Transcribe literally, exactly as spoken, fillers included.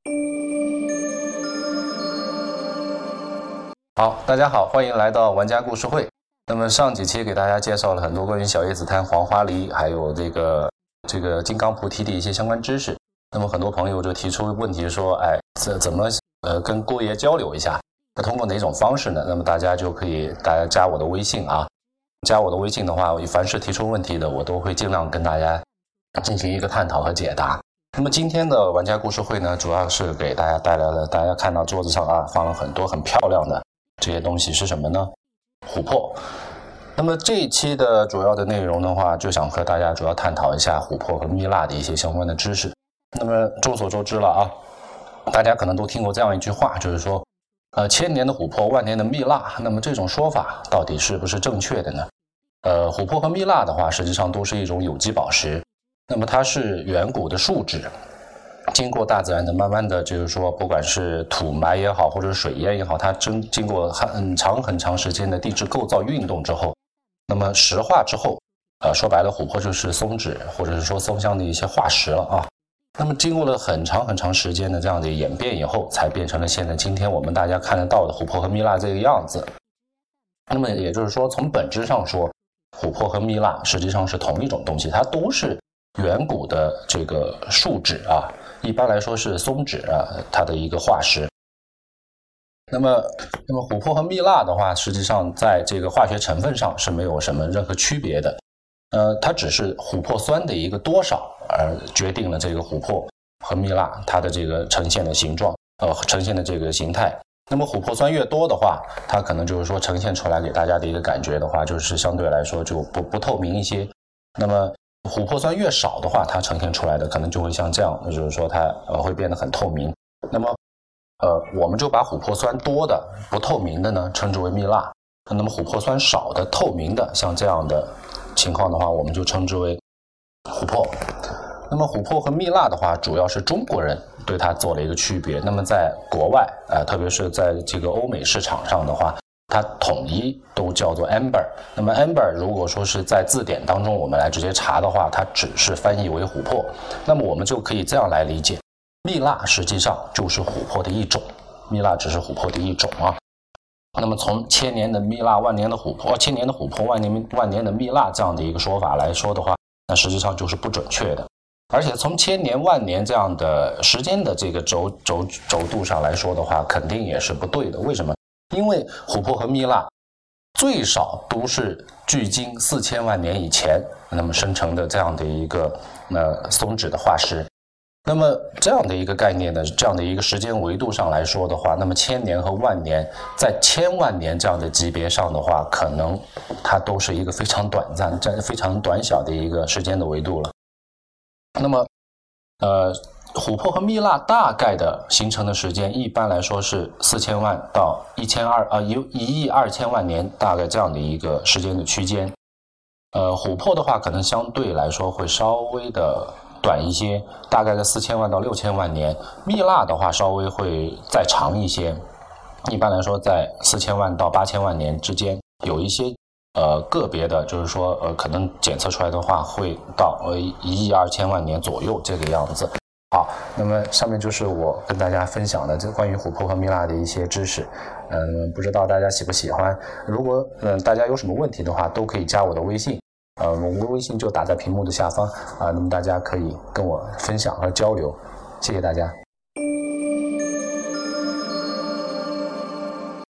好，大家好，欢迎来到玩家故事会。那么上几期给大家介绍了很多关于小叶紫檀、黄花梨，还有这个这个金刚菩提的一些相关知识。那么很多朋友就提出问题说，哎，怎怎么呃跟郭爷交流一下？那通过哪种方式呢？那么大家就可以大家加我的微信啊，加我的微信的话，凡是提出问题的，我都会尽量跟大家进行一个探讨和解答。那么今天的玩家故事会呢，主要是给大家带来了，大家看到桌子上啊放了很多很漂亮的这些东西是什么呢？琥珀。那么这一期的主要的内容的话，就想和大家主要探讨一下琥珀和蜜蜡的一些相关的知识。那么众所周知了啊，大家可能都听过这样一句话，就是说，呃，千年的琥珀，万年的蜜蜡。那么这种说法到底是不是正确的呢？呃，琥珀和蜜蜡的话，实际上都是一种有机宝石。那么它是远古的树脂，经过大自然的慢慢的，就是说，不管是土埋也好，或者是水淹也好，它经经过很长很长时间的地质构造运动之后，那么石化之后，呃，说白了，琥珀就是松脂或者是说松香的一些化石了啊。那么经过了很长很长时间的这样的演变以后，才变成了现在今天我们大家看得到的琥珀和蜜蜡这个样子。那么也就是说，从本质上说，琥珀和蜜蜡实际上是同一种东西，它都是远古的这个树脂啊，一般来说是松脂啊，它的一个化石。那么，那么琥珀和蜜蜡的话，实际上在这个化学成分上是没有什么任何区别的。呃，它只是琥珀酸的一个多少而决定了这个琥珀和蜜蜡它的这个呈现的形状，呃，呈现的这个形态。那么琥珀酸越多的话，它可能就是说呈现出来给大家的一个感觉的话，就是相对来说就不不透明一些。那么琥珀酸越少的话，它呈现出来的可能就会像这样，就是说它呃会变得很透明。那么呃，我们就把琥珀酸多的不透明的呢称之为蜜蜡，那么琥珀酸少的透明的像这样的情况的话，我们就称之为琥珀。那么琥珀和蜜蜡的话，主要是中国人对它做了一个区别。那么在国外，呃，特别是在这个欧美市场上的话，它统一都叫做 amber。那么 amber 如果说是在字典当中我们来直接查的话，它只是翻译为琥珀。那么我们就可以这样来理解，蜜蜡实际上就是琥珀的一种，蜜蜡只是琥珀的一种啊。那么从千年的蜜蜡，万年的琥珀，千年的琥珀，万年万年的蜜蜡这样的一个说法来说的话，那实际上就是不准确的。而且从千年万年这样的时间的这个轴轴轴度上来说的话，肯定也是不对的。为什么？因为琥珀和蜜蜡最少都是距今四千万年以前那么生成的这样的一个呃松脂的化石。那么这样的一个概念呢，这样的一个时间维度上来说的话，那么千年和万年在千万年这样的级别上的话，可能它都是一个非常短暂、非常短小的一个时间的维度了。那么呃琥珀和蜜蜡大概的形成的时间，一般来说是四千万到一千二啊一一亿二千万年，大概这样的一个时间的区间。呃，琥珀的话，可能相对来说会稍微的短一些，大概在四千万到六千万年。蜜蜡的话，稍微会再长一些，一般来说在四千万到八千万年之间，有一些呃个别的，就是说呃可能检测出来的话，会到呃一亿二千万年左右这个样子。好，那么上面就是我跟大家分享的这关于琥珀和蜜蜡的一些知识，嗯，不知道大家喜不喜欢？如果嗯大家有什么问题的话，都可以加我的微信，呃，我的微信就打在屏幕的下方啊，那么大家可以跟我分享和交流，谢谢大家。